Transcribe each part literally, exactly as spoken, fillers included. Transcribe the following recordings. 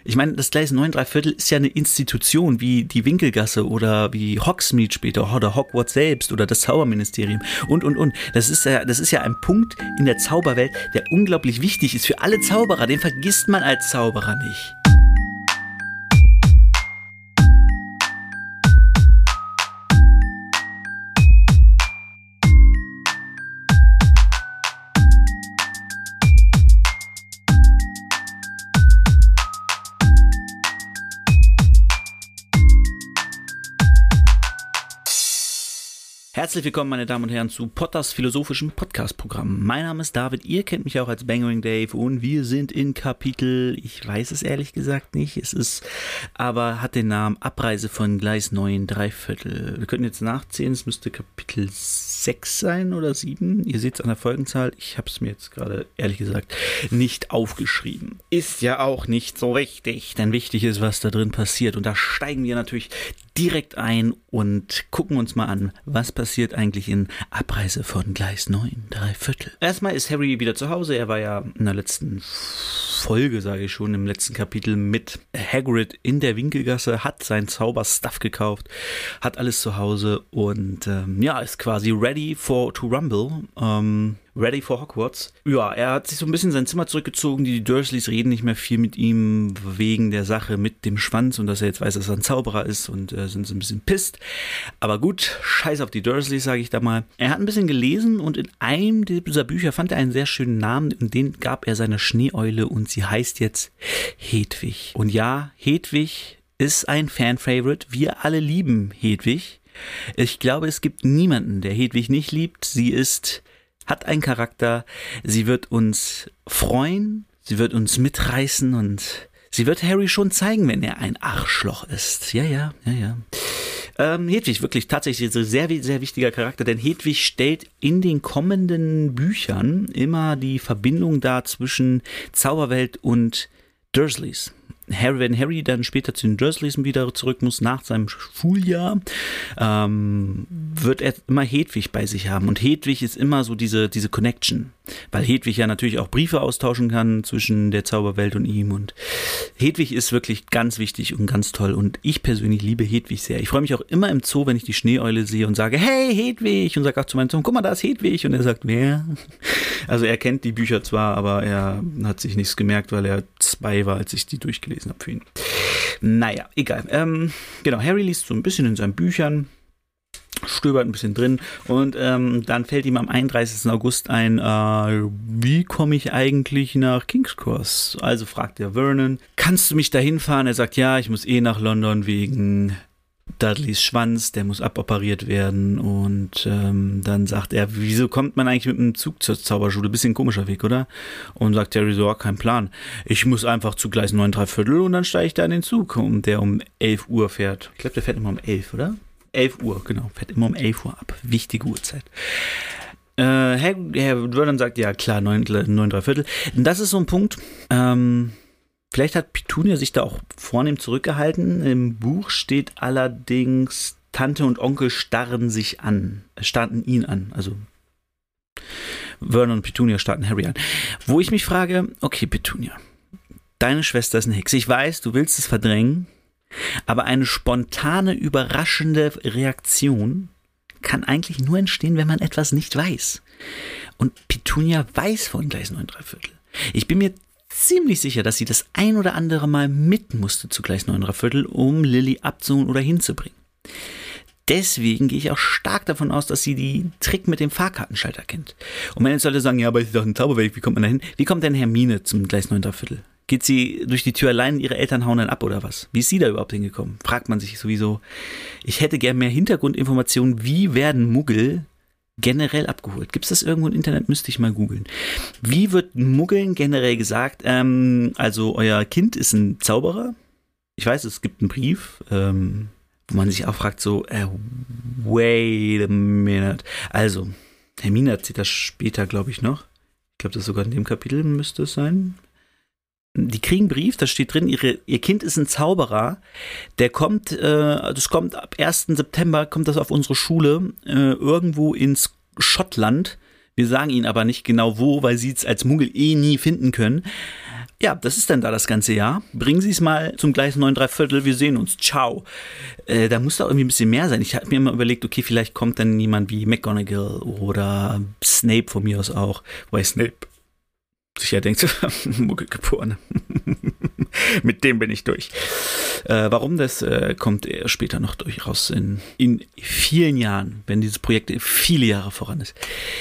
Ich meine, das Gleis neun drei Viertel ist ja eine Institution wie die Winkelgasse oder wie Hogsmeade später oder Hogwarts selbst oder das Zauberministerium und, und, und. Das ist ja, das ist ja ein Punkt in der Zauberwelt, der unglaublich wichtig ist für alle Zauberer. Den vergisst man als Zauberer nicht. Herzlich willkommen, meine Damen und Herren, zu Potters philosophischem Podcast-Programm. Mein Name ist David, ihr kennt mich auch als Bangering Dave und wir sind in Kapitel, ich weiß es ehrlich gesagt nicht, es ist, aber hat den Namen Abreise von Gleis neun drei Viertel. Wir könnten jetzt nachzählen, es müsste Kapitel sechs sein oder sieben. Ihr seht es an der Folgenzahl, ich habe es mir jetzt gerade ehrlich gesagt nicht aufgeschrieben. Ist ja auch nicht so wichtig, denn wichtig ist, was da drin passiert und da steigen wir natürlich direkt ein und gucken uns mal an, was passiert eigentlich in Abreise von Gleis neun drei Viertel. Erstmal ist Harry wieder zu Hause. Er war ja in der letzten Folge, sage ich schon, im letzten Kapitel mit Hagrid in der Winkelgasse, hat sein Zauberstuff gekauft, hat alles zu Hause und ähm, ja, ist quasi ready for to rumble. Ähm, Ready for Hogwarts. Ja, er hat sich so ein bisschen in sein Zimmer zurückgezogen. Die Dursleys reden nicht mehr viel mit ihm wegen der Sache mit dem Schwanz und dass er jetzt weiß, dass er ein Zauberer ist und äh, sind so ein bisschen pisst. Aber gut, scheiß auf die Dursleys, sage ich da mal. Er hat ein bisschen gelesen und in einem dieser Bücher fand er einen sehr schönen Namen und den gab er seiner Schneeeule und sie heißt jetzt Hedwig. Und ja, Hedwig ist ein Fan-Favorite. Wir alle lieben Hedwig. Ich glaube, es gibt niemanden, der Hedwig nicht liebt. Sie ist... hat einen Charakter, sie wird uns freuen, sie wird uns mitreißen und sie wird Harry schon zeigen, wenn er ein Arschloch ist. Ja, ja, ja, ja. Ähm, Hedwig, wirklich tatsächlich ein sehr, sehr wichtiger Charakter, denn Hedwig stellt in den kommenden Büchern immer die Verbindung dar zwischen Zauberwelt und Dursleys. Harry, wenn Harry dann später zu den Dursleys wieder zurück muss, nach seinem Schuljahr, ähm, wird er immer Hedwig bei sich haben. Und Hedwig ist immer so diese, diese Connection. Weil Hedwig ja natürlich auch Briefe austauschen kann zwischen der Zauberwelt und ihm. Und Hedwig ist wirklich ganz wichtig und ganz toll. Und ich persönlich liebe Hedwig sehr. Ich freue mich auch immer im Zoo, wenn ich die Schneeeule sehe und sage, hey Hedwig! Und sage auch zu meinem Sohn, guck mal, da ist Hedwig. Und er sagt, wer? Also er kennt die Bücher zwar, aber er hat sich nichts gemerkt, weil er zwei war, als ich die durchgelesen habe für ihn. Naja, egal. Ähm, genau, Harry liest so ein bisschen in seinen Büchern, stöbert ein bisschen drin und ähm, dann fällt ihm am einunddreißigsten August ein, äh, wie komme ich eigentlich nach King's Cross? Also fragt er Vernon, kannst du mich da hinfahren? Er sagt, ja, ich muss eh nach London wegen Dudleys Schwanz, der muss aboperiert werden und ähm, dann sagt er, wieso kommt man eigentlich mit dem Zug zur Zauberschule? Bisschen komischer Weg, oder? Und sagt Harry so, kein Plan. Ich muss einfach zu Gleis neun drei Viertel und dann steige ich da in den Zug, um der um elf Uhr fährt. Ich glaube, der fährt immer um elf, oder? elf Uhr, genau. Fährt immer um elf Uhr ab. Wichtige Uhrzeit. Äh, Herr, Herr Vernon sagt, ja klar, neun drei Viertel. Das ist so ein Punkt, ähm, vielleicht hat Petunia sich da auch vornehm zurückgehalten. Im Buch steht allerdings, Tante und Onkel starren sich an, starrten ihn an. Also Vernon und Petunia starrten Harry an. Wo ich mich frage, okay Petunia, deine Schwester ist eine Hexe. Ich weiß, du willst es verdrängen, aber eine spontane, überraschende Reaktion kann eigentlich nur entstehen, wenn man etwas nicht weiß. Und Petunia weiß von Gleis neun drei Viertel. Ich bin mir ziemlich sicher, dass sie das ein oder andere Mal mit musste zu Gleis neun drei Viertel, um Lily abzuholen oder hinzubringen. Deswegen gehe ich auch stark davon aus, dass sie die Trick mit dem Fahrkartenschalter kennt. Und wenn jetzt Leute sagen, ja, aber es ist doch ein Zauberwelt, wie kommt man da hin? Wie kommt denn Hermine zum Gleis neun drei Viertel? Geht sie durch die Tür allein, ihre Eltern hauen dann ab oder was? Wie ist sie da überhaupt hingekommen? Fragt man sich sowieso. Ich hätte gern mehr Hintergrundinformationen, wie werden Muggel generell abgeholt? Gibt es das irgendwo im Internet? Müsste ich mal googeln. Wie wird Muggeln generell gesagt? Ähm, also euer Kind ist ein Zauberer. Ich weiß, es gibt einen Brief, ähm, wo man sich auch fragt so, äh, wait a minute. Also, Hermine erzählt das später, glaube ich, noch. Ich glaube, das sogar in dem Kapitel müsste es sein. Die kriegen einen Brief, da steht drin, ihre, ihr Kind ist ein Zauberer, der kommt, äh, das kommt ab ersten September, kommt das auf unsere Schule, äh, irgendwo ins Schottland. Wir sagen ihnen aber nicht genau wo, weil sie es als Muggel eh nie finden können. ja, das ist dann da das ganze Jahr. Bringen Sie es mal zum Gleis neun drei Viertel, wir sehen uns, ciao. Äh, da muss doch irgendwie ein bisschen mehr sein. Ich habe mir immer überlegt, okay, vielleicht kommt dann jemand wie McGonagall oder Snape von mir aus auch. Wobei Snape sich ja denkt, Muggelgeboren. Mit dem bin ich durch. Äh, warum, das äh, kommt eher später noch durchaus in, in vielen Jahren, wenn dieses Projekt viele Jahre voran ist.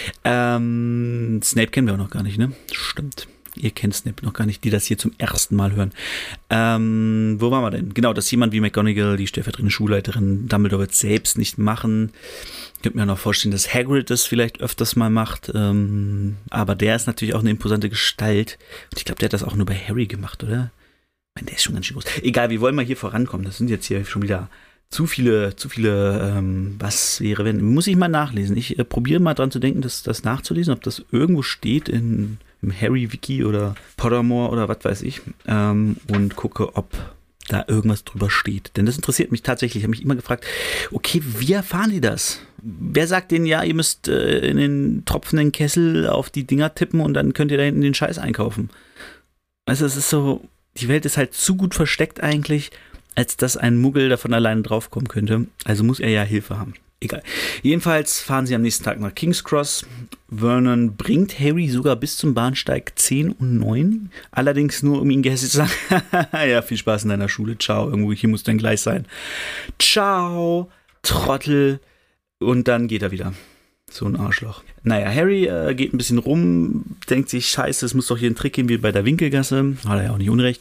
Ähm, Snape kennen wir auch noch gar nicht, ne? Stimmt. Ihr kennt Snape noch gar nicht, die das hier zum ersten Mal hören. Ähm, wo waren wir denn? Genau, dass jemand wie McGonagall, die stellvertretende Schulleiterin, Dumbledore wird selbst nicht machen. Ich könnte mir noch vorstellen, dass Hagrid das vielleicht öfters mal macht. Ähm, aber der ist natürlich auch eine imposante Gestalt. Und ich glaube, der hat das auch nur bei Harry gemacht, oder? Ich meine, der ist schon ganz schön groß. Egal, wir wollen mal hier vorankommen. Das sind jetzt hier schon wieder zu viele, zu viele, ähm, was wäre, wenn, muss ich mal nachlesen. Ich äh, probiere mal dran zu denken, das, das nachzulesen, ob das irgendwo steht in im Harry-Wiki oder Pottermore oder was weiß ich, ähm, und gucke, ob da irgendwas drüber steht. Denn das interessiert mich tatsächlich. Ich habe mich immer gefragt, okay, wie erfahren die das? Wer sagt denen, ja, ihr müsst äh, in den tropfenden Kessel auf die Dinger tippen und dann könnt ihr da hinten den Scheiß einkaufen? Also es ist so, die Welt ist halt zu gut versteckt eigentlich, als dass ein Muggel davon alleine draufkommen könnte. Also muss er ja Hilfe haben. Egal. Jedenfalls fahren sie am nächsten Tag nach King's Cross. Vernon bringt Harry sogar bis zum Bahnsteig zehn und neun. Allerdings nur, um ihm gehässig zu sagen, ja, viel Spaß in deiner Schule. Ciao, irgendwo hier muss dein Gleis sein. Ciao, Trottel. Und dann geht er wieder. So ein Arschloch. Naja, Harry äh, geht ein bisschen rum, denkt sich, scheiße, es muss doch hier einen Trick geben wie bei der Winkelgasse. Hat er ja auch nicht unrecht.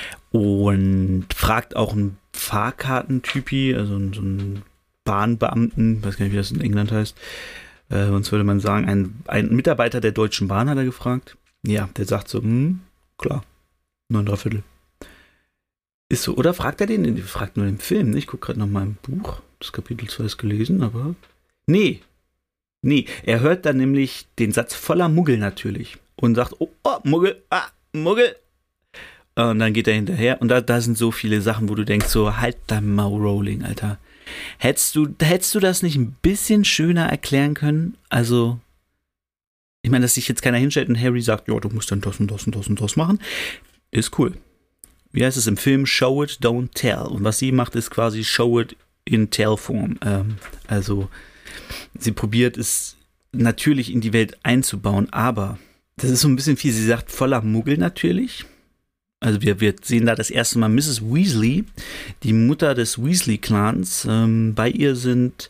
Und fragt auch einen Fahrkartentypi, also so ein Bahnbeamten, weiß gar nicht, wie das in England heißt, äh, sonst würde man sagen, ein, ein Mitarbeiter der Deutschen Bahn hat er gefragt. Ja, der sagt so, hm, klar, neun drei Viertel. Ist so, oder fragt er den? Der fragt nur den Film, ne? Ich gucke gerade noch mal im Buch, das Kapitel zwei ist gelesen, aber nee, nee, er hört dann nämlich den Satz voller Muggel natürlich und sagt, oh, oh Muggel, ah, Muggel. Und dann geht er hinterher und da, da sind so viele Sachen, wo du denkst, so, halt dein Maul Rolling, Alter. Hättest du, hättest du das nicht ein bisschen schöner erklären können? Also, ich meine, dass sich jetzt keiner hinstellt und Harry sagt, ja, du musst dann das und das und das und das machen, ist cool. Wie heißt es im Film? Show it, don't tell. Und was sie macht, ist quasi show it in Tell-Form. Ähm, also, sie probiert es natürlich in die Welt einzubauen, aber das ist so ein bisschen viel. Sie sagt voller Muggel natürlich. Also wir, wir sehen da das erste Mal Misses Weasley, die Mutter des Weasley-Clans. Ähm, bei ihr sind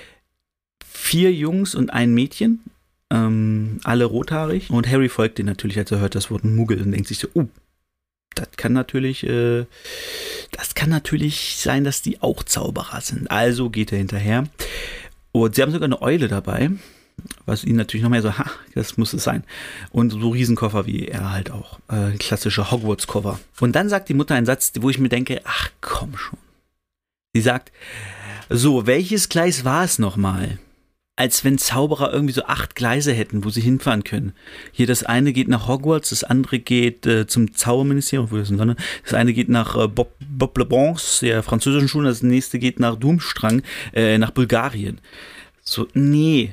vier Jungs und ein Mädchen, ähm, alle rothaarig. Und Harry folgt denen natürlich, als er hört das Wort Muggel und denkt sich so, oh, das kann natürlich, äh, das kann natürlich sein, dass die auch Zauberer sind. Also geht er hinterher. Und sie haben sogar eine Eule dabei. Was ihn natürlich noch mehr so, ha, das muss es sein. Und so Riesenkoffer wie er halt auch. Äh, klassische Hogwarts-Koffer. Und dann sagt die Mutter einen Satz, wo ich mir denke, ach komm schon. Sie sagt, so, welches Gleis war es nochmal? Als wenn Zauberer irgendwie so acht Gleise hätten, wo sie hinfahren können. Hier das eine geht nach Hogwarts, das andere geht äh, zum Zauberministerium, wo das in London. Das eine geht nach äh, Bob, Bob Le Bons, der französischen Schule, das nächste geht nach Durmstrang, äh, nach Bulgarien. So, nee.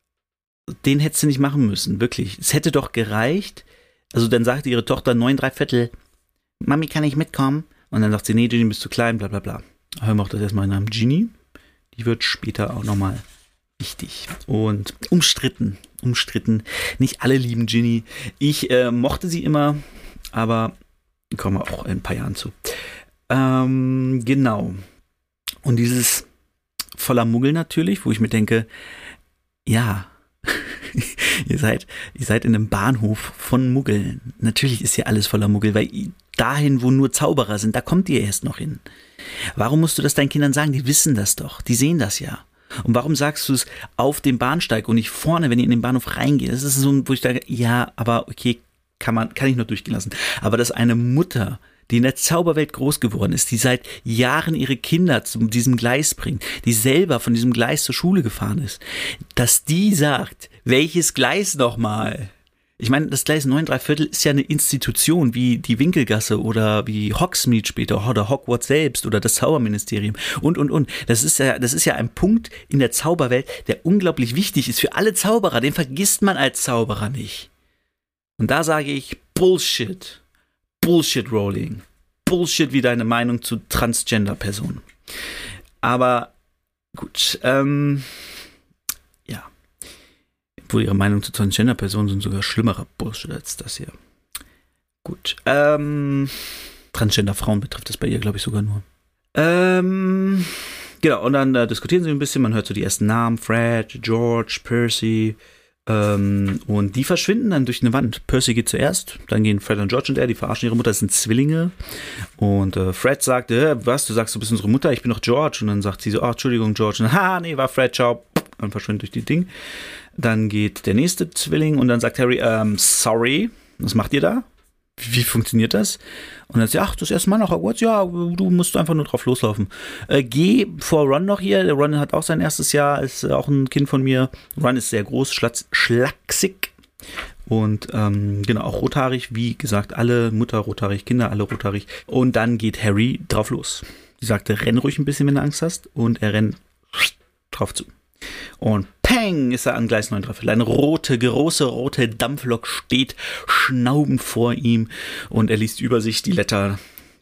Den hättest du nicht machen müssen, wirklich. Es hätte doch gereicht. Also dann sagte ihre Tochter neun drei Viertel, Mami, kann ich mitkommen? Und dann sagt sie, nee, Ginny, bist zu klein, bla bla bla. Hören wir auch das erstmal in Namen Ginny. Die wird später auch nochmal wichtig. Und umstritten, umstritten. Nicht alle lieben Ginny. Ich äh, mochte sie immer, aber kommen wir auch in ein paar Jahren zu. Ähm, genau. Und dieses voller Muggel natürlich, wo ich mir denke, ja, ihr seid, ihr seid in einem Bahnhof von Muggeln. Natürlich ist hier alles voller Muggel, weil dahin, wo nur Zauberer sind, da kommt ihr erst noch hin. Warum musst du das deinen Kindern sagen? Die wissen das doch. Die sehen das ja. Und warum sagst du es auf dem Bahnsteig und nicht vorne, wenn ihr in den Bahnhof reingeht? Das ist so, wo ich sage, ja, aber okay, kann man, kann ich nur durchgehen lassen. Aber dass eine Mutter, die in der Zauberwelt groß geworden ist, die seit Jahren ihre Kinder zu diesem Gleis bringt, die selber von diesem Gleis zur Schule gefahren ist, dass die sagt, welches Gleis nochmal? Ich meine, das Gleis neun drei Viertel ist ja eine Institution wie die Winkelgasse oder wie Hogsmeade später oder Hogwarts selbst oder das Zauberministerium und, und, und. Das ist ja, das ist ja ein Punkt in der Zauberwelt, der unglaublich wichtig ist für alle Zauberer. Den vergisst man als Zauberer nicht. Und da sage ich Bullshit. Bullshit, Rowling. Bullshit wie deine Meinung zu Transgender-Personen. Aber gut, ähm, ja. Obwohl ihre Meinung zu Transgender-Personen sind sogar schlimmerer Bullshit als das hier. Gut, ähm, Transgender-Frauen betrifft das bei ihr, glaube ich, sogar nur. Ähm, genau, und dann äh, diskutieren sie ein bisschen, man hört so die ersten Namen, Fred, George, Percy, ähm, und die verschwinden dann durch eine Wand. Percy geht zuerst, dann gehen Fred und George und er, die verarschen ihre Mutter, das sind Zwillinge. Und äh, Fred sagt, äh, was, du sagst, du bist unsere Mutter, ich bin doch George. Und dann sagt sie so, ach, Entschuldigung, George. Und ha, nee, war Fred, ciao. Und verschwindet durch die Ding. Dann geht der nächste Zwilling und dann sagt Harry, ähm, sorry, was macht ihr da? Wie funktioniert das? Und dann sagt sie, ach, das erste Mal nach Hogwarts? Ja, du musst einfach nur drauf loslaufen. Äh, geh vor Ron noch hier. Der Ron hat auch sein erstes Jahr, ist auch ein Kind von mir. Ron ist sehr groß, schlatz, schlaksig und ähm, genau, auch rothaarig. Wie gesagt, alle Mutter rothaarig, Kinder alle rothaarig. Und dann geht Harry drauf los. Sie sagte, renn ruhig ein bisschen, wenn du Angst hast. Und er rennt drauf zu. Und peng ist er an Gleis neun Dreiviertel. Eine rote, große rote Dampflok steht schnaubend vor ihm und er liest über sich die Letter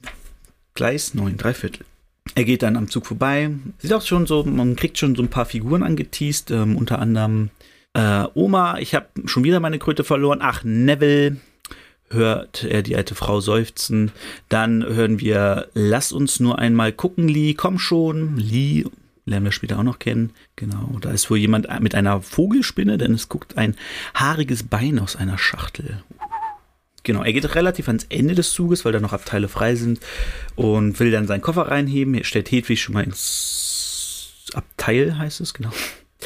Gleis neun Dreiviertel. Er geht dann am Zug vorbei. Sieht auch schon so, man kriegt schon so ein paar Figuren angeteast, ähm, unter anderem äh, Oma, ich habe schon wieder meine Kröte verloren. Ach, Neville, hört er die alte Frau seufzen. Dann hören wir, lass uns nur einmal gucken, Lee, komm schon, Lee. Lernen wir später auch noch kennen. Genau, da ist wohl jemand mit einer Vogelspinne, denn es guckt ein haariges Bein aus einer Schachtel. Genau, er geht relativ ans Ende des Zuges, weil da noch Abteile frei sind und will dann seinen Koffer reinheben. Er stellt Hedwig schon mal ins Abteil, heißt es, genau.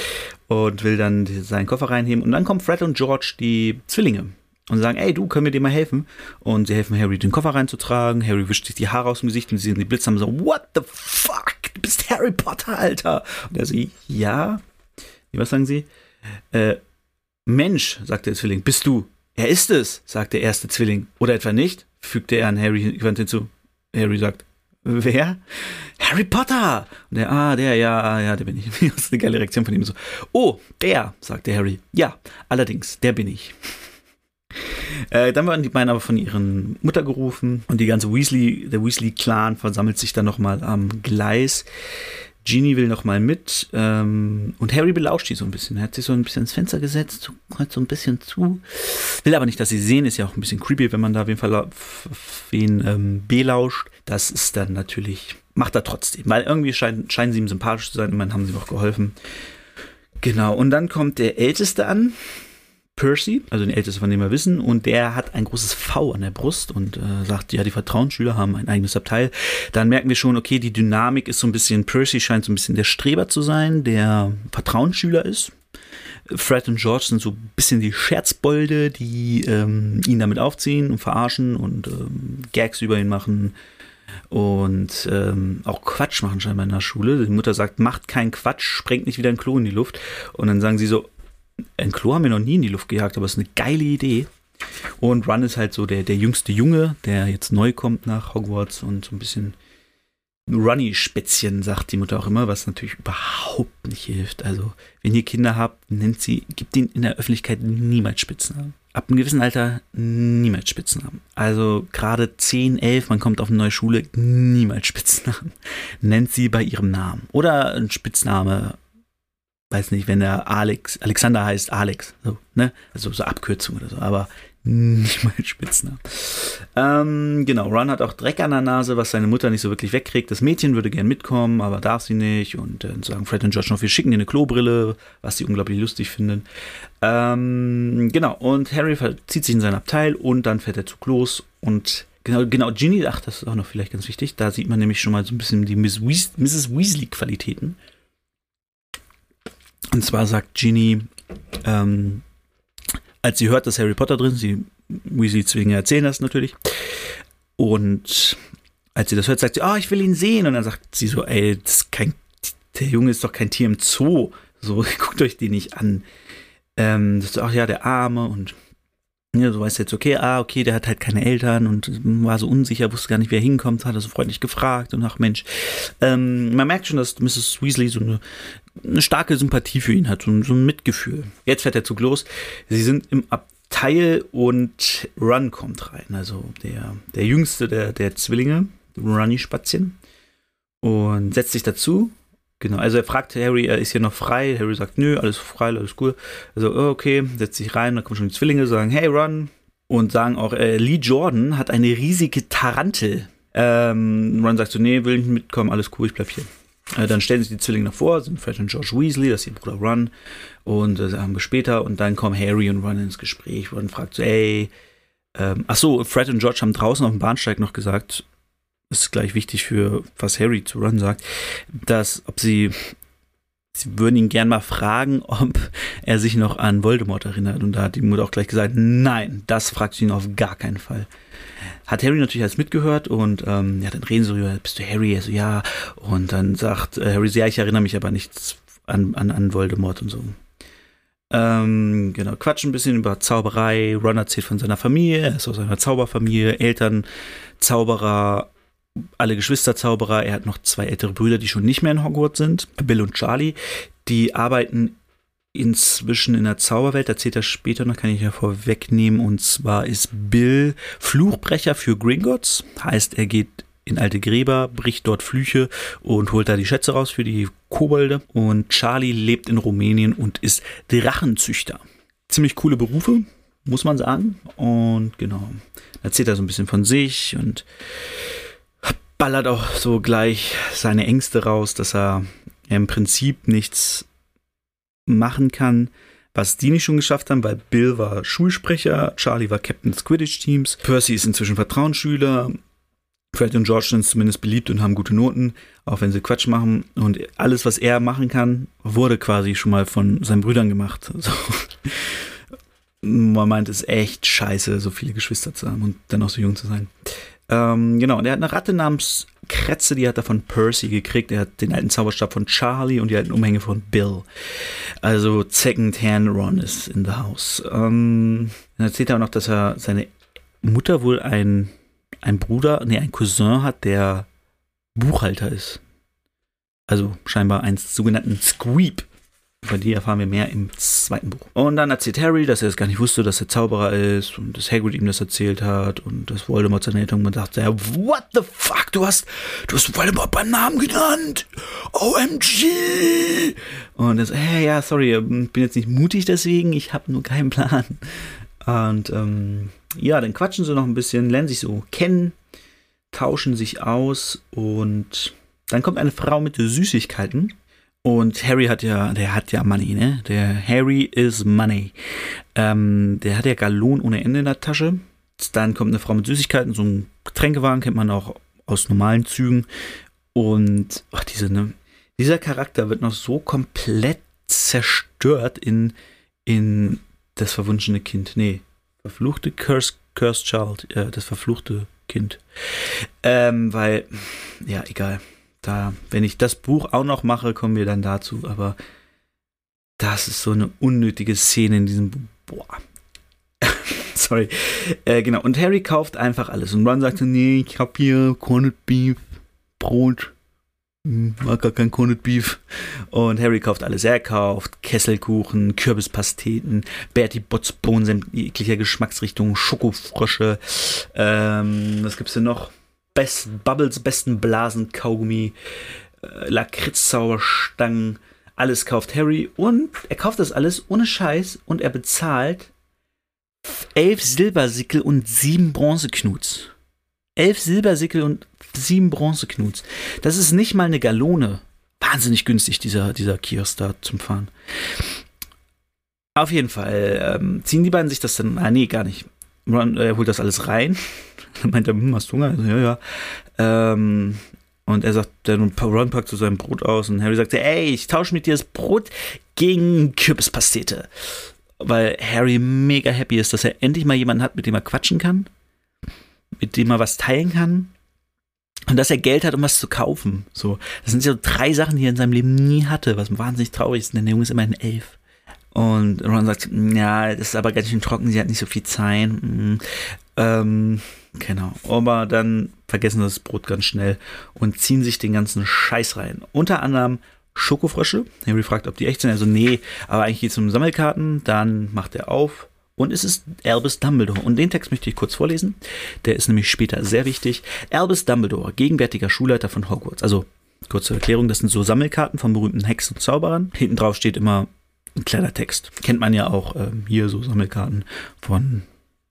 Und will dann seinen Koffer reinheben. Und dann kommen Fred und George, die Zwillinge, und sagen, ey, du, können wir dir mal helfen? Und sie helfen Harry, den Koffer reinzutragen. Harry wischt sich die Haare aus dem Gesicht und sie sehen die Blitze haben so, what the fuck? Du bist Harry Potter, Alter. Und er so, ja. Was sagen sie? Äh, Mensch, sagt der Zwilling, bist du? Er ist es, sagt der erste Zwilling. Oder etwa nicht? Fügte er an Harry gewandt hinzu. Harry sagt, wer? Harry Potter! Und der, ah, der, ja, ja, der bin ich. Das ist eine geile Reaktion von ihm. So, oh, der, sagt der Harry. Ja, allerdings, der bin ich. Äh, dann werden die beiden aber von ihren Mutter gerufen und die ganze Weasley, der Weasley-Clan versammelt sich dann nochmal am Gleis. Ginny will nochmal mit ähm, und Harry belauscht die so ein bisschen. Er hat sich so ein bisschen ins Fenster gesetzt, hört so ein bisschen zu, will aber nicht, dass sie sehen, ist ja auch ein bisschen creepy, wenn man da auf jeden Fall wen ähm, belauscht. Das ist dann natürlich, macht er trotzdem, weil irgendwie scheinen, scheinen sie ihm sympathisch zu sein, immerhin haben sie ihm auch geholfen. Genau, und dann kommt der Älteste an, Percy, also den Ältesten, von dem wir wissen, und der hat ein großes V an der Brust und äh, sagt, ja, die Vertrauensschüler haben ein eigenes Abteil. Dann merken wir schon, okay, die Dynamik ist so ein bisschen, Percy scheint so ein bisschen der Streber zu sein, der Vertrauensschüler ist. Fred und George sind so ein bisschen die Scherzbolde, die ähm, ihn damit aufziehen und verarschen und ähm, Gags über ihn machen und ähm, auch Quatsch machen scheinbar in der Schule. Die Mutter sagt, macht keinen Quatsch, sprengt nicht wieder ein Klo in die Luft. Und dann sagen sie so, ein Klo haben wir noch nie in die Luft gejagt, aber es ist eine geile Idee. Und Ron ist halt so der, der jüngste Junge, der jetzt neu kommt nach Hogwarts und so ein bisschen Runny-Spätzchen, sagt die Mutter auch immer, was natürlich überhaupt nicht hilft. Also, wenn ihr Kinder habt, nennt sie, gibt ihnen in der Öffentlichkeit niemals Spitznamen. Ab einem gewissen Alter niemals Spitznamen. Also, gerade zehn, elf, man kommt auf eine neue Schule, niemals Spitznamen. Nennt sie bei ihrem Namen. Oder ein Spitzname, weiß nicht, wenn der Alex, Alexander heißt Alex, so, ne? Also so Abkürzung oder so, aber nicht mal Spitznamen. Ähm, genau, Ron hat auch Dreck an der Nase, was seine Mutter nicht so wirklich wegkriegt. Das Mädchen würde gern mitkommen, aber darf sie nicht. Und dann äh, sagen Fred und George noch, wir schicken dir eine Klobrille, was sie unglaublich lustig finden. Ähm, genau, und Harry zieht sich in sein Abteil und dann fährt der Zug los und Genau, genau, Ginny, ach, das ist auch noch vielleicht ganz wichtig, da sieht man nämlich schon mal so ein bisschen die Miss Weas- Misses Weasley-Qualitäten. Und zwar sagt Ginny, ähm, als sie hört, dass Harry Potter drin ist, die Weasley-Zwillinge erzählen das natürlich, und als sie das hört, sagt sie, oh, ich will ihn sehen, und dann sagt sie so, ey, das ist kein, der Junge ist doch kein Tier im Zoo, so, guckt euch den nicht an. Ähm, das ist auch, ja, der Arme, und ja, so weißt du jetzt, okay, ah, okay, der hat halt keine Eltern und war so unsicher, wusste gar nicht, wer hinkommt, hat er so freundlich gefragt und ach Mensch, ähm, man merkt schon, dass Misses Weasley so eine, eine starke Sympathie für ihn hat, so, so ein Mitgefühl. Jetzt fährt der Zug los, sie sind im Ab- Tyle und Ron kommt rein, also der, der jüngste der, der Zwillinge, Ronny-Spatzchen, und setzt sich dazu. Genau, also er fragt Harry, er ist hier noch frei. Harry sagt, nö, alles frei, alles cool. Also, oh, okay, setzt sich rein, dann kommen schon die Zwillinge, sagen, hey Ron, und sagen auch, äh, Lee Jordan hat eine riesige Tarantel. Ähm, Ron sagt so, nee, will nicht mitkommen, alles cool, ich bleib hier. Äh, dann stellen sich die Zwillinge noch vor, sind Fred und George Weasley, das ist ihr Bruder Ron, und äh, haben wir später, und dann kommen Harry und Ron ins Gespräch. Ron fragt so, ey, ähm, ach so, Fred und George haben draußen auf dem Bahnsteig noch gesagt, das ist gleich wichtig für, was Harry zu Ron sagt, dass, ob sie, sie würden ihn gern mal fragen, ob er sich noch an Voldemort erinnert. Und da hat die Mutter auch gleich gesagt, nein, das fragt sie ihn auf gar keinen Fall. Hat Harry natürlich alles mitgehört und ähm, ja, dann reden sie so, bist du Harry? Er so, ja. Und dann sagt äh, Harry so, ja, ich erinnere mich aber nichts an, an, an Voldemort und so. Ähm, genau, quatschen ein bisschen über Zauberei. Ron erzählt von seiner Familie, er ist aus einer Zauberfamilie, Eltern, Zauberer, alle Geschwisterzauberer. Er hat noch zwei ältere Brüder, die schon nicht mehr in Hogwarts sind, Bill und Charlie. Die arbeiten inzwischen in der Zauberwelt, erzählt er später noch, kann ich ja vorwegnehmen. Und zwar ist Bill Fluchbrecher für Gringotts. Heißt, er geht in alte Gräber, bricht dort Flüche und holt da die Schätze raus für die Kobolde. Und Charlie lebt in Rumänien und ist Drachenzüchter. Ziemlich coole Berufe, muss man sagen. Und genau, erzählt er so ein bisschen von sich und ballert auch so gleich seine Ängste raus, dass er im Prinzip nichts machen kann, was die nicht schon geschafft haben, weil Bill war Schulsprecher, Charlie war Captain des Quidditch-Teams, Percy ist inzwischen Vertrauensschüler, Fred und George sind zumindest beliebt und haben gute Noten, auch wenn sie Quatsch machen. Und alles, was er machen kann, wurde quasi schon mal von seinen Brüdern gemacht. So. Man meint, es ist echt scheiße, so viele Geschwister zu haben und dann auch so jung zu sein. Ähm, genau, und er hat eine Ratte namens Kretze, die hat er von Percy gekriegt. Er hat den alten Zauberstab von Charlie und die alten Umhänge von Bill. Also Second-Hand Ron ist in the house. Ähm, dann erzählt er auch noch, dass er seine Mutter wohl ein, ein Bruder, nee, ein Cousin hat, der Buchhalter ist. Also scheinbar einen sogenannten Squeep. Über die erfahren wir mehr im zweiten Buch. Und dann erzählt Harry, dass er es gar nicht wusste, dass er Zauberer ist und dass Hagrid ihm das erzählt hat und dass Voldemort seine Eltern und dachte, ja, what the fuck, du hast, du hast Voldemort beim Namen genannt. O M G! Und er so, hey, ja, sorry, bin jetzt nicht mutig deswegen, ich habe nur keinen Plan. Und ähm, ja, dann quatschen sie noch ein bisschen, lernen sich so kennen, tauschen sich aus und dann kommt eine Frau mit Süßigkeiten. Und Harry hat ja, der hat ja Money, ne? Der Harry is Money. Ähm, der hat ja Gallonen ohne Ende in der Tasche. Dann kommt eine Frau mit Süßigkeiten, so ein Getränkewagen, kennt man auch aus normalen Zügen. Und ach, diese, ne? Dieser Charakter wird noch so komplett zerstört in, in das verwunschene Kind. Nee, verfluchte Curse, Cursed Child, äh, das verfluchte Kind. Ähm, weil, ja, egal. Da, wenn ich das Buch auch noch mache, kommen wir dann dazu, aber das ist so eine unnötige Szene in diesem Buch. Boah. Sorry. Äh, genau, und Harry kauft einfach alles. Und Ron sagt so, nee, ich hab hier Corned Beef, Brot, mag gar kein Corned Beef. Und Harry kauft alles. Er kauft Kesselkuchen, Kürbispasteten, Bertie Botts Bohnen, jeglicher Geschmacksrichtung, Schokofrösche. Ähm, was gibt's denn noch? Best, Bubbles, besten Blasen, Kaugummi, äh, Lakritz-Zauberstangen, alles kauft Harry und er kauft das alles ohne Scheiß und er bezahlt elf Silbersickel und sieben Bronzeknuts. Elf Silbersickel und sieben Bronzeknuts. Das ist nicht mal eine Gallone. Wahnsinnig günstig, dieser, dieser Kiosk da zum Fahren. Auf jeden Fall ähm, ziehen die beiden sich das dann, ah nee, gar nicht. Ron äh, holt das alles rein. Dann meint er, hm, hast du Hunger? Also, ja, ja. Ähm, und er sagt, dann Ron packt so sein Brot aus und Harry sagt, ey, ich tausche mit dir das Brot gegen Kürbispastete. Weil Harry mega happy ist, dass er endlich mal jemanden hat, mit dem er quatschen kann, mit dem er was teilen kann und dass er Geld hat, um was zu kaufen. So, das sind so drei Sachen, die er in seinem Leben nie hatte, was wahnsinnig traurig ist, denn der Junge ist immerhin elf. Und Ron sagt, ja, das ist aber ganz schön trocken, sie hat nicht so viel Zeit. Mhm. Ähm, genau. Aber dann vergessen sie das Brot ganz schnell und ziehen sich den ganzen Scheiß rein. Unter anderem Schokofrösche. Harry fragt, ob die echt sind. Also nee, aber eigentlich geht es um Sammelkarten. Dann macht er auf Und es ist Albus Dumbledore. Und den Text möchte ich kurz vorlesen. Der ist nämlich später sehr wichtig. Albus Dumbledore, gegenwärtiger Schulleiter von Hogwarts. Also, kurze Erklärung, das sind so Sammelkarten von berühmten Hexen und Zauberern. Hinten drauf steht immer ein kleiner Text. Kennt man ja auch ähm, hier so Sammelkarten von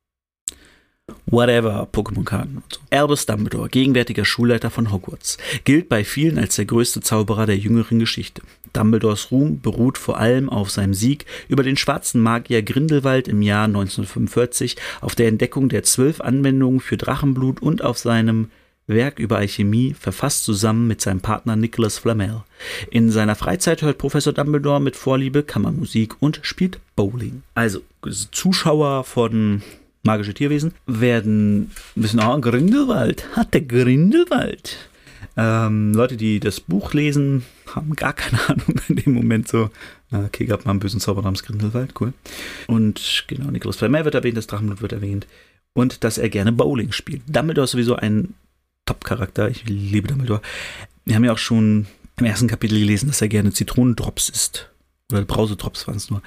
whatever, Pokémon-Karten und so. Albus Dumbledore, gegenwärtiger Schulleiter von Hogwarts, gilt bei vielen als der größte Zauberer der jüngeren Geschichte. Dumbledores Ruhm beruht vor allem auf seinem Sieg über den schwarzen Magier Grindelwald im Jahr neunzehnhundertfünfundvierzig, auf der Entdeckung der zwölf Anwendungen für Drachenblut und auf seinem Werk über Alchemie, verfasst zusammen mit seinem Partner Nicholas Flamel. In seiner Freizeit hört Professor Dumbledore mit Vorliebe Kammermusik und spielt Bowling. Also, Zuschauer von magische Tierwesen werden wissen, ah, Grindelwald, hat der Grindelwald. Ähm, Leute, die das Buch lesen, haben gar keine Ahnung in dem Moment so, okay, gab mal einen bösen Zauberer namens Grindelwald, cool. Und genau, Nicholas Flamel wird erwähnt, das Drachenblut wird erwähnt und dass er gerne Bowling spielt. Dumbledore ist sowieso ein Top-Charakter, ich liebe Dumbledore. Wir haben ja auch schon im ersten Kapitel gelesen, dass er gerne Zitronendrops isst. Oder Brausedrops waren es nur.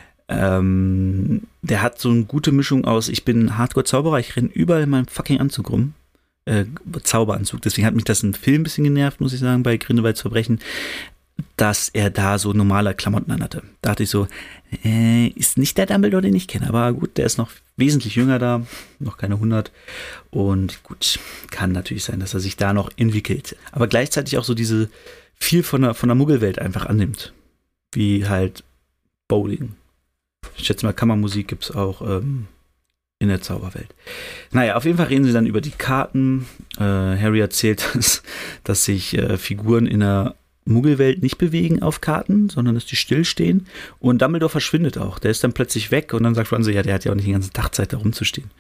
Ähm, der hat so eine gute Mischung aus, ich bin Hardcore-Zauberer, ich renne überall in meinem fucking Anzug rum. Äh, Zauberanzug. Deswegen hat mich das im Film ein bisschen genervt, muss ich sagen, bei Grindelwalds Verbrechen, dass er da so normale Klamotten anhatte. Da dachte ich so, äh, ist nicht der Dumbledore, den ich kenne, aber gut, der ist noch wesentlich jünger da, noch keine hundert und gut, kann natürlich sein, dass er sich da noch entwickelt. Aber gleichzeitig auch so diese viel von der, von der Muggelwelt einfach annimmt. Wie halt Bowling. Ich schätze mal, Kammermusik gibt es auch ähm, in der Zauberwelt. Naja, auf jeden Fall reden sie dann über die Karten. Äh, Harry erzählt, dass, dass sich äh, Figuren in der Muggelwelt nicht bewegen auf Karten, sondern dass die stillstehen. Und Dumbledore verschwindet auch. Der ist dann plötzlich weg und dann sagt Ron so, ja, der hat ja auch nicht die ganze Tag Zeit, da rumzustehen.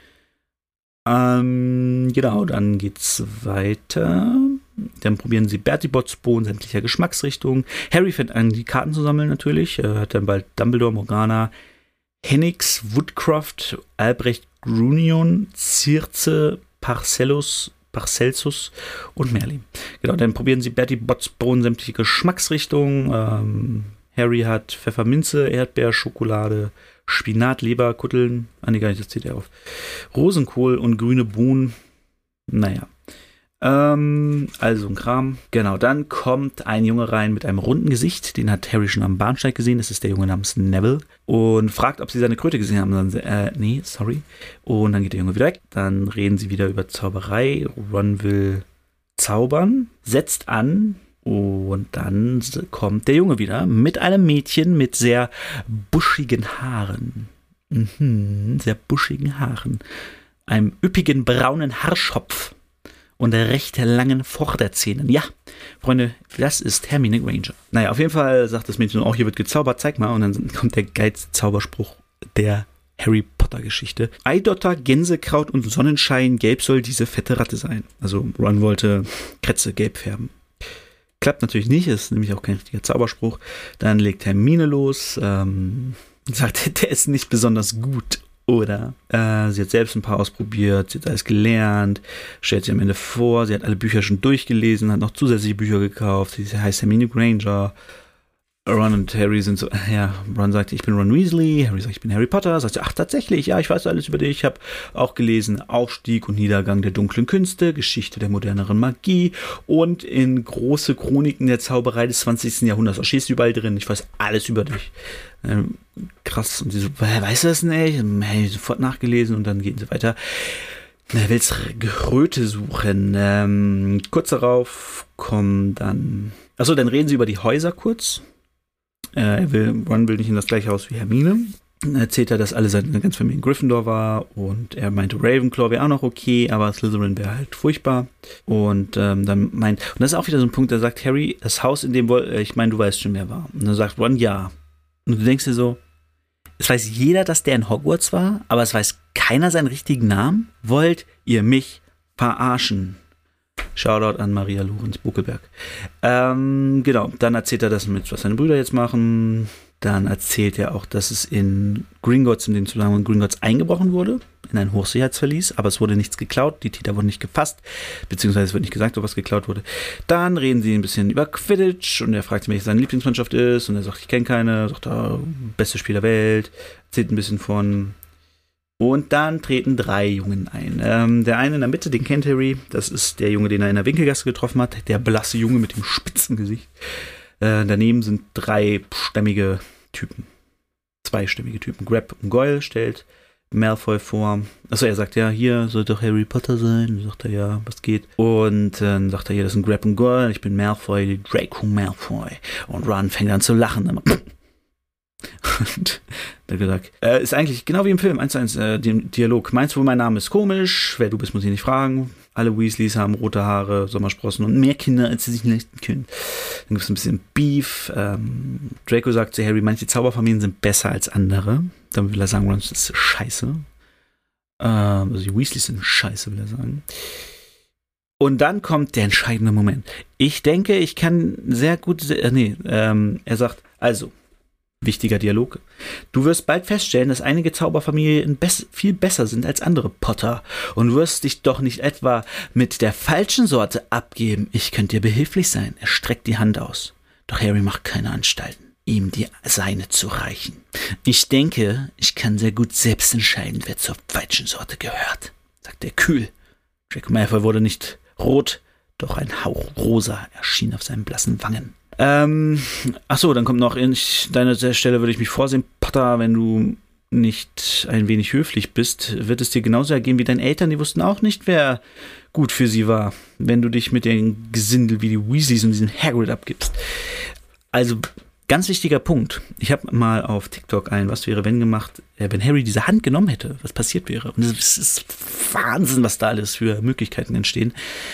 Ähm, genau, dann geht's weiter. Dann probieren sie Bertie-Bott's-Bo in sämtlicher Geschmacksrichtung. Harry fängt an, die Karten zu sammeln natürlich. Er hat dann bald Dumbledore, Morgana, Hennix, Woodcroft, Albrecht Grunion, Circe, Parcellus, Paracelsus und Merlin. Genau, dann probieren sie Bertie-Bott's-Bo in sämtliche Geschmacksrichtungen. Ähm, Harry hat Pfefferminze, Erdbeer, Schokolade, Spinat, Leber, Kutteln. Ah, nee, gar nicht, das zählt er auf. Rosenkohl und grüne Bohnen. Naja. Ähm, also ein Kram. Genau, dann kommt ein Junge rein mit einem runden Gesicht. Den hat Harry schon am Bahnsteig gesehen. Das ist der Junge namens Neville. Und fragt, ob sie seine Kröte gesehen haben. Dann, äh, nee, sorry. Und dann geht der Junge wieder weg. Dann reden sie wieder über Zauberei. Ron will zaubern. Setzt an. Und dann kommt der Junge wieder mit einem Mädchen mit sehr buschigen Haaren. Mhm, sehr buschigen Haaren. Einem üppigen braunen Haarschopf. Und recht langen Vorderzähnen. Ja, Freunde, das ist Hermine Granger. Naja, auf jeden Fall sagt das Mädchen, oh, hier wird gezaubert, zeig mal. Und dann kommt der geilste Zauberspruch der Harry Potter-Geschichte. Eidotter, Gänsekraut und Sonnenschein, gelb soll diese fette Ratte sein. Also Ron wollte Kretze gelb färben. Klappt natürlich nicht, ist nämlich auch kein richtiger Zauberspruch. Dann legt Hermine los, ähm, sagt, der ist nicht besonders gut. Oder äh, sie hat selbst ein paar ausprobiert, sie hat alles gelernt, stellt sie am Ende vor, sie hat alle Bücher schon durchgelesen, hat noch zusätzliche Bücher gekauft, sie heißt Hermine Granger. Ron und Harry sind so, ja, Ron sagt, ich bin Ron Weasley, Harry sagt, ich bin Harry Potter, sagt sie, ach tatsächlich, ja, ich weiß alles über dich, ich habe auch gelesen, Aufstieg und Niedergang der dunklen Künste, Geschichte der moderneren Magie und in große Chroniken der Zauberei des zwanzigsten Jahrhunderts, da stehst du überall drin, ich weiß alles über dich. Ähm, krass, und sie so, weißt du das nicht? Hey, sofort nachgelesen und dann gehen sie weiter. Er will Kröte suchen. Ähm, kurz darauf kommen dann, achso, dann reden sie über die Häuser kurz. Äh, er will, Ron will nicht in das gleiche Haus wie Hermine. Dann erzählt er, dass alle seine ganze Familie in Gryffindor war und er meinte, Ravenclaw wäre auch noch okay, aber Slytherin wäre halt furchtbar. Und ähm, dann meint, und das ist auch wieder so ein Punkt, da sagt Harry, das Haus, in dem, ich meine, du weißt schon, wer war. Und dann sagt Ron, ja. Und du denkst dir so, es weiß jeder, dass der in Hogwarts war, aber es weiß keiner seinen richtigen Namen. Wollt ihr mich verarschen? Shoutout an Maria Lorenz Buckelberg. Ähm, genau, dann erzählt er das mit, was seine Brüder jetzt machen. Dann erzählt er auch, dass es in Gringotts, in dem Zusammenhang Gringotts eingebrochen wurde, in ein Hochsicherheitsverlies, aber es wurde nichts geklaut, die Täter wurden nicht gefasst, beziehungsweise es wird nicht gesagt, ob was geklaut wurde. Dann reden sie ein bisschen über Quidditch und er fragt, welche seine Lieblingsmannschaft ist und er sagt, ich kenne keine, sagt, er, beste Spiel der Welt, erzählt ein bisschen von Und dann treten drei Jungen ein. Ähm, der eine in der Mitte, den kennt Harry. Das ist der Junge, den er in der Winkelgasse getroffen hat. Der blasse Junge mit dem spitzen Gesicht. Äh, daneben sind drei stämmige Typen. Zweistimmige Typen. Grab und Goyle stellt Malfoy vor. Achso, er sagt, ja, hier soll doch Harry Potter sein. Dann sagt er, ja, was geht? Und dann sagt er, hier, das sind Grab und Goyle. Ich bin Malfoy, Draco Malfoy. Und Ron fängt an zu lachen. Und der gesagt, äh, ist eigentlich genau wie im Film, eins zu eins, äh, dem Dialog. Meinst du, mein Name ist komisch? Wer du bist, muss ich nicht fragen. Alle Weasleys haben rote Haare, Sommersprossen und mehr Kinder, als sie sich leisten können. Dann gibt es ein bisschen Beef. Ähm, Draco sagt zu Harry, manche Zauberfamilien sind besser als andere. Dann will er sagen, Ron ist scheiße. Ähm, also die Weasleys sind scheiße, will er sagen. Und dann kommt der entscheidende Moment. Ich denke, ich kann sehr gut, äh, nee, ähm, er sagt, also, wichtiger Dialog. Du wirst bald feststellen, dass einige Zauberfamilien bess- viel besser sind als andere, Potter. Und wirst dich doch nicht etwa mit der falschen Sorte abgeben. Ich könnte dir behilflich sein. Er streckt die Hand aus. Doch Harry macht keine Anstalten, ihm die seine zu reichen. Ich denke, ich kann sehr gut selbst entscheiden, wer zur falschen Sorte gehört, sagt er kühl. Draco Malfoy wurde nicht rot, doch ein Hauch rosa erschien auf seinen blassen Wangen. Ähm, achso, dann kommt noch, in deiner Stelle würde ich mich vorsehen, Potter, wenn du nicht ein wenig höflich bist, wird es dir genauso ergehen wie deinen Eltern, die wussten auch nicht, wer gut für sie war, wenn du dich mit den Gesindel wie die Weasleys und diesen Hagrid abgibst. Also, ganz wichtiger Punkt. Ich habe mal auf TikTok ein Was wäre wenn gemacht, wenn Harry diese Hand genommen hätte, was passiert wäre. Und es ist Wahnsinn, was da alles für Möglichkeiten entstehen.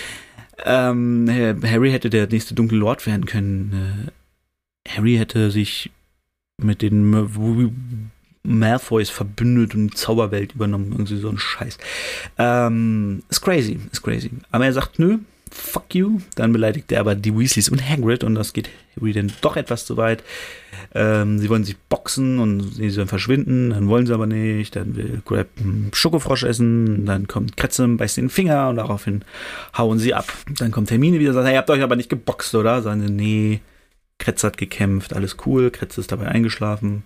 Ähm, Harry hätte der nächste Dunkle Lord werden können. Äh, Harry hätte sich mit den M- Malfoys verbündet und die Zauberwelt übernommen. Irgendwie so ein Scheiß. Ähm, ist crazy, ist crazy. Aber er sagt, nö, fuck you. Dann beleidigt er aber die Weasleys und Hagrid und das geht Harry dann doch etwas zu weit. Ähm, sie wollen sich boxen und sie sollen verschwinden, dann wollen sie aber nicht. Dann will Grab einen Schokofrosch essen, dann kommt Kretze, beißt den Finger und daraufhin hauen sie ab. Dann kommt Hermine wieder und sagt, hey, ihr habt euch aber nicht geboxt, oder? Sagen sie, nee, Kretze hat gekämpft, alles cool, Kretze ist dabei eingeschlafen.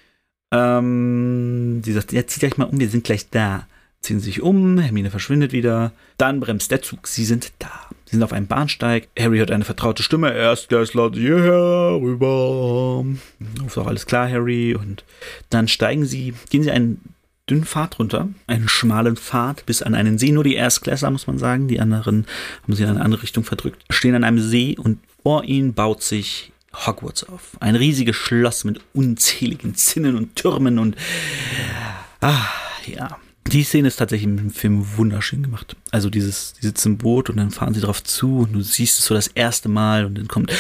Ähm, sie sagt, ja, zieht euch mal um, wir sind gleich da. Ziehen sich um, Hermine verschwindet wieder. Dann bremst der Zug, sie sind da. Sie sind auf einem Bahnsteig. Harry hört eine vertraute Stimme. Erstklässler, hierher, rüber. Ist auch alles klar, Harry. Und dann steigen sie, gehen sie einen dünnen Pfad runter. Einen schmalen Pfad bis an einen See. Nur die Erstklässler, muss man sagen. Die anderen haben sie in eine andere Richtung verdrückt. Stehen an einem See und vor ihnen baut sich Hogwarts auf. Ein riesiges Schloss mit unzähligen Zinnen und Türmen und ah, ja. Die Szene ist tatsächlich im Film wunderschön gemacht. Also dieses, die sitzen im Boot und dann fahren sie drauf zu und du siehst es so das erste Mal und dann kommt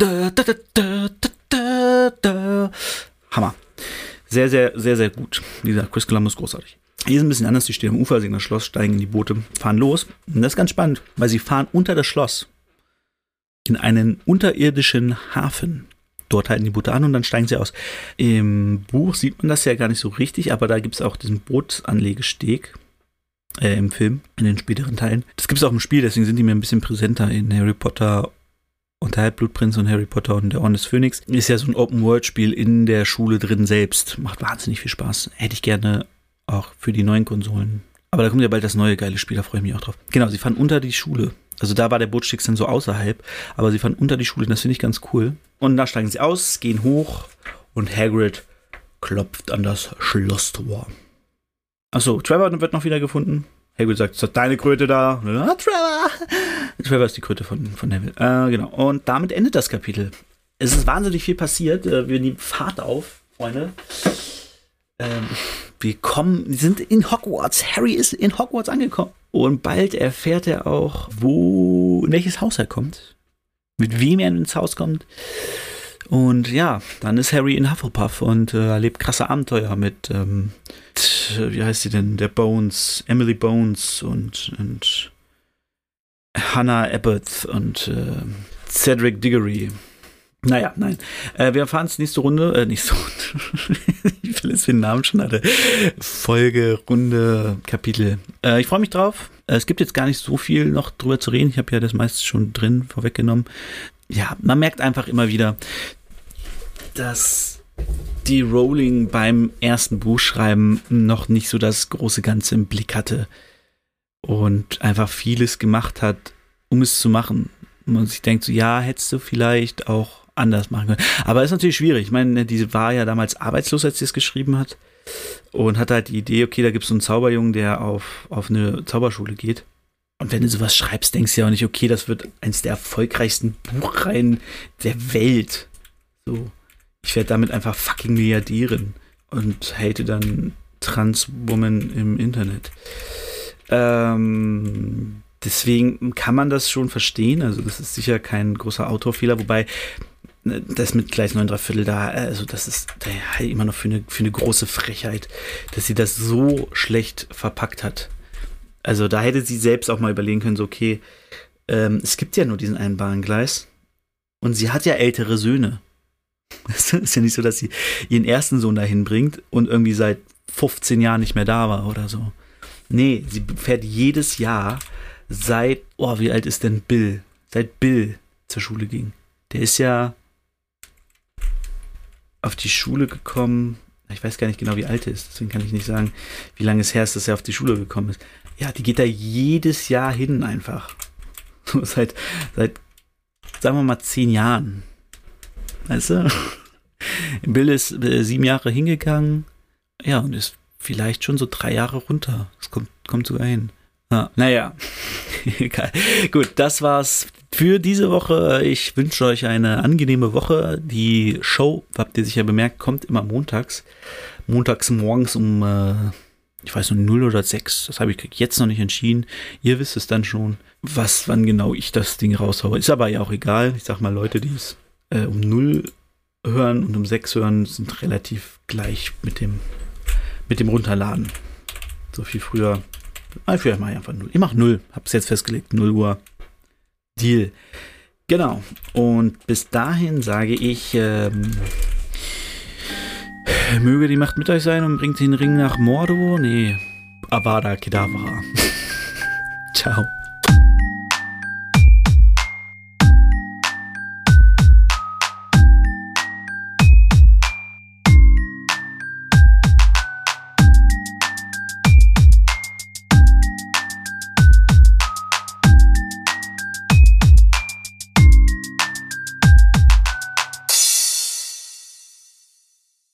Hammer. Sehr, sehr, sehr, sehr gut. Wie gesagt, Chris Columbus großartig. Hier ist ein bisschen anders, die stehen am Ufer, sehen das Schloss, steigen in die Boote, fahren los. Und das ist ganz spannend, weil sie fahren unter das Schloss in einen unterirdischen Hafen. Dort halten die Boote an und dann steigen sie aus. Im Buch sieht man das ja gar nicht so richtig, aber da gibt es auch diesen Bootsanlegesteg äh, im Film, in den späteren Teilen. Das gibt es auch im Spiel, deswegen sind die mir ein bisschen präsenter in Harry Potter und der Halbblutprinz und Harry Potter und der Orden des Phönix. Ist ja so ein Open-World-Spiel in der Schule drin selbst. Macht wahnsinnig viel Spaß. Hätte ich gerne auch für die neuen Konsolen. Aber da kommt ja bald das neue geile Spiel, da freue ich mich auch drauf. Genau, sie fahren unter die Schule. Also da war der Bootsteg dann so außerhalb, aber sie fahren unter die Schule, das finde ich ganz cool. Und da steigen sie aus, gehen hoch und Hagrid klopft an das Schlosstor. Achso, Trevor wird noch wieder gefunden. Hagrid sagt, ist das deine Kröte da? Ah, Trevor! Trevor ist die Kröte von, von Neville. Äh, genau, und damit endet das Kapitel. Es ist wahnsinnig viel passiert. Wir nehmen Fahrt auf, Freunde. Ähm, wir kommen, wir sind in Hogwarts. Harry ist in Hogwarts angekommen. Und bald erfährt er auch, wo, in welches Haus er kommt. Mit wem er ins Haus kommt. Und ja, dann ist Harry in Hufflepuff und äh, erlebt krasse Abenteuer mit, ähm, t- wie heißt sie denn, der Bones, Emily Bones und, und Hannah Abbott und äh, Cedric Diggory. Naja, nein. Äh, wir erfahren es nächste Runde, äh, nächste Runde, ich will jetzt den Namen schon hatte, Folge, Runde, Kapitel. Äh, ich freue mich drauf. Äh, es gibt jetzt gar nicht so viel noch drüber zu reden. Ich habe ja das meiste schon drin vorweggenommen. Ja, man merkt einfach immer wieder, dass die Rowling beim ersten Buchschreiben noch nicht so das große Ganze im Blick hatte und einfach vieles gemacht hat, um es zu machen. Und sich denkt so, ja, hättest du vielleicht auch anders machen können. Aber ist natürlich schwierig. Ich meine, die war ja damals arbeitslos, als sie es geschrieben hat und hatte halt die Idee, okay, da gibt es so einen Zauberjungen, der auf, auf eine Zauberschule geht. Und wenn du sowas schreibst, denkst du ja auch nicht, okay, das wird eins der erfolgreichsten Buchreihen der Welt. So, ich werde damit einfach fucking Milliardärin und hate dann Transwoman im Internet. Ähm, deswegen kann man das schon verstehen. Also das ist sicher kein großer Autorfehler, wobei das mit Gleis neun Komma drei Viertel da, also das ist da halt immer noch für eine, für eine große Frechheit, dass sie das so schlecht verpackt hat. Also da hätte sie selbst auch mal überlegen können, so okay, ähm, es gibt ja nur diesen einen Bahngleis und sie hat ja ältere Söhne. Es ist ja nicht so, dass sie ihren ersten Sohn dahin bringt und irgendwie seit fünfzehn Jahren nicht mehr da war oder so. Nee, sie fährt jedes Jahr seit, oh, wie alt ist denn Bill? Seit Bill zur Schule ging. Der ist ja auf die Schule gekommen, ich weiß gar nicht genau, wie alt er ist, deswegen kann ich nicht sagen, wie lange es her ist, dass er auf die Schule gekommen ist. Ja, die geht da jedes Jahr hin einfach. So seit, seit, sagen wir mal, zehn Jahren. Weißt du? Bill ist äh, sieben Jahre hingegangen, ja, und ist vielleicht schon so drei Jahre runter. Das kommt, kommt sogar hin. Ja, naja, egal. Gut, das war's für diese Woche. Ich wünsche euch eine angenehme Woche. Die Show, habt ihr sicher bemerkt, kommt immer montags. Montags morgens um, äh, ich weiß noch, null oder sechs. Das habe ich jetzt noch nicht entschieden. Ihr wisst es dann schon, was, wann genau ich das Ding raushaue. Ist aber ja auch egal. Ich sag mal, Leute, die es äh, um null hören und um sechs hören, sind relativ gleich mit dem, mit dem Runterladen. So viel früher. Vielleicht mache ich einfach null. Ich mache null. Hab's jetzt festgelegt. null Uhr. Deal. Genau. Und bis dahin sage ich, ähm, möge die Macht mit euch sein und bringt den Ring nach Mordor. Nee, Avada Kedavra. Ciao.